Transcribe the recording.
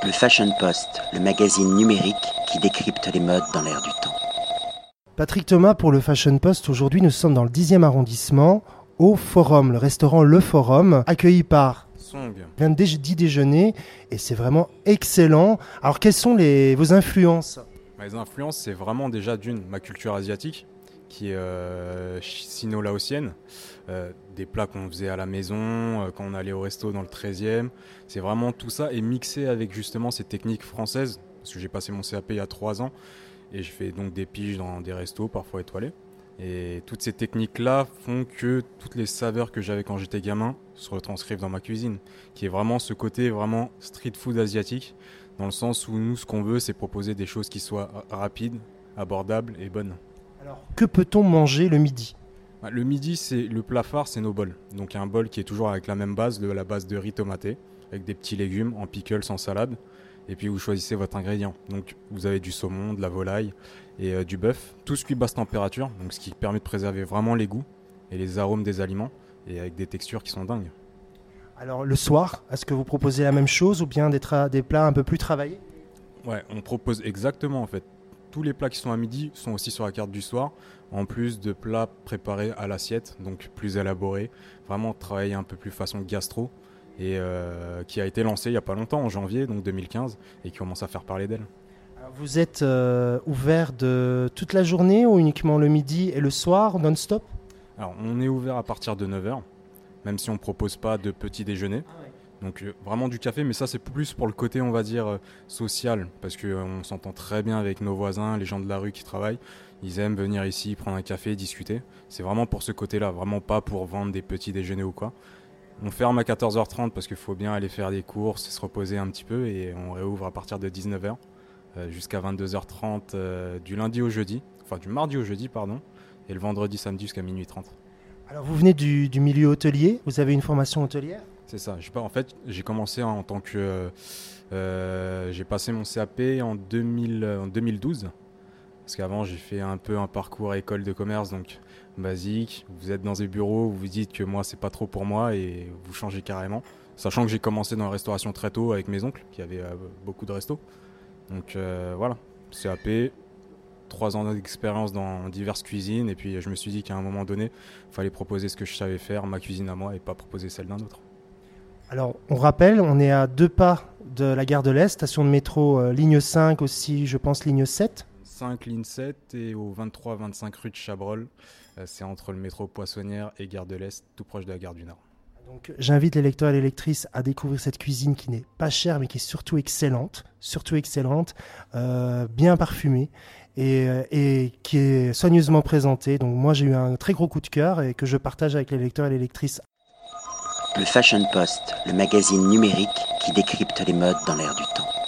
Le Fashion Post, le magazine numérique qui décrypte les modes dans l'air du temps. Patrick Thomas pour le Fashion Post. Aujourd'hui, nous sommes dans le 10e arrondissement, au Forum, le restaurant Le Forum, accueilli par Song. vient d'y déjeuner et c'est vraiment excellent. Alors, quelles sont vos influences ? Les influences, c'est vraiment déjà ma culture asiatique, qui est sino-laotienne. Des plats qu'on faisait à la maison, quand on allait au resto dans le 13e. C'est vraiment tout ça et mixé avec justement ces techniques françaises. Parce que j'ai passé mon CAP il y a 3 ans et je fais donc des piges dans des restos, parfois étoilés. Et toutes ces techniques-là font que toutes les saveurs que j'avais quand j'étais gamin se retranscrivent dans ma cuisine, qui est vraiment ce côté vraiment street food asiatique, dans le sens où nous, ce qu'on veut, c'est proposer des choses qui soient rapides, abordables et bonnes. Alors, que peut-on manger le midi ? Le midi, le plat phare, c'est nos bols. Donc il y a un bol qui est toujours avec la même base, la base de riz tomaté, avec des petits légumes en pickles, en salade. Et puis vous choisissez votre ingrédient. Donc vous avez du saumon, de la volaille et du bœuf. Tout cuit basse température, donc ce qui permet de préserver vraiment les goûts et les arômes des aliments, et avec des textures qui sont dingues. Alors le soir, est-ce que vous proposez la même chose ou bien des plats un peu plus travaillés ? Ouais, on propose exactement en fait. Tous les plats qui sont à midi sont aussi sur la carte du soir, en plus de plats préparés à l'assiette, donc plus élaborés, vraiment travailler un peu plus façon gastro, et qui a été lancé il n'y a pas longtemps, en janvier donc 2015, et qui commence à faire parler d'elle. Alors, vous êtes ouvert de toute la journée ou uniquement le midi et le soir, non-stop ? Alors on est ouvert à partir de 9h, même si on ne propose pas de petit déjeuner. Donc vraiment du café, mais ça c'est plus pour le côté on va dire social, parce qu'on s'entend très bien avec nos voisins, les gens de la rue qui travaillent, ils aiment venir ici, prendre un café, discuter. C'est vraiment pour ce côté-là, vraiment pas pour vendre des petits déjeuners ou quoi. On ferme à 14h30 parce qu'il faut bien aller faire des courses, se reposer un petit peu, et on réouvre à partir de 19h jusqu'à 22h30 du lundi au jeudi, enfin du mardi au jeudi pardon, et le vendredi samedi jusqu'à minuit 30. Alors vous venez du milieu hôtelier, vous avez une formation hôtelière ? C'est ça. En fait, j'ai commencé en tant que... j'ai passé mon CAP en 2012. Parce qu'avant, j'ai fait un peu un parcours à école de commerce, donc basique. Vous êtes dans des bureaux, vous vous dites que moi, c'est pas trop pour moi et vous changez carrément. Sachant que j'ai commencé dans la restauration très tôt avec mes oncles, qui avaient beaucoup de restos. Donc voilà, CAP, 3 ans d'expérience dans diverses cuisines. Et puis je me suis dit qu'à un moment donné, il fallait proposer ce que je savais faire, ma cuisine à moi, et pas proposer celle d'un autre. Alors, on rappelle, on est à 2 pas de la gare de l'Est, station de métro ligne 5 aussi, je pense, ligne 7. 5, ligne 7 et au 23-25 rue de Chabrol. C'est entre le métro Poissonnière et gare de l'Est, tout proche de la gare du Nord. Donc, j'invite les lecteurs et les lectrices à découvrir cette cuisine qui n'est pas chère, mais qui est surtout excellente, bien parfumée et qui est soigneusement présentée. Donc, moi, j'ai eu un très gros coup de cœur et que je partage avec les lecteurs et les lectrices. Le Fashion Post, le magazine numérique qui décrypte les modes dans l'air du temps.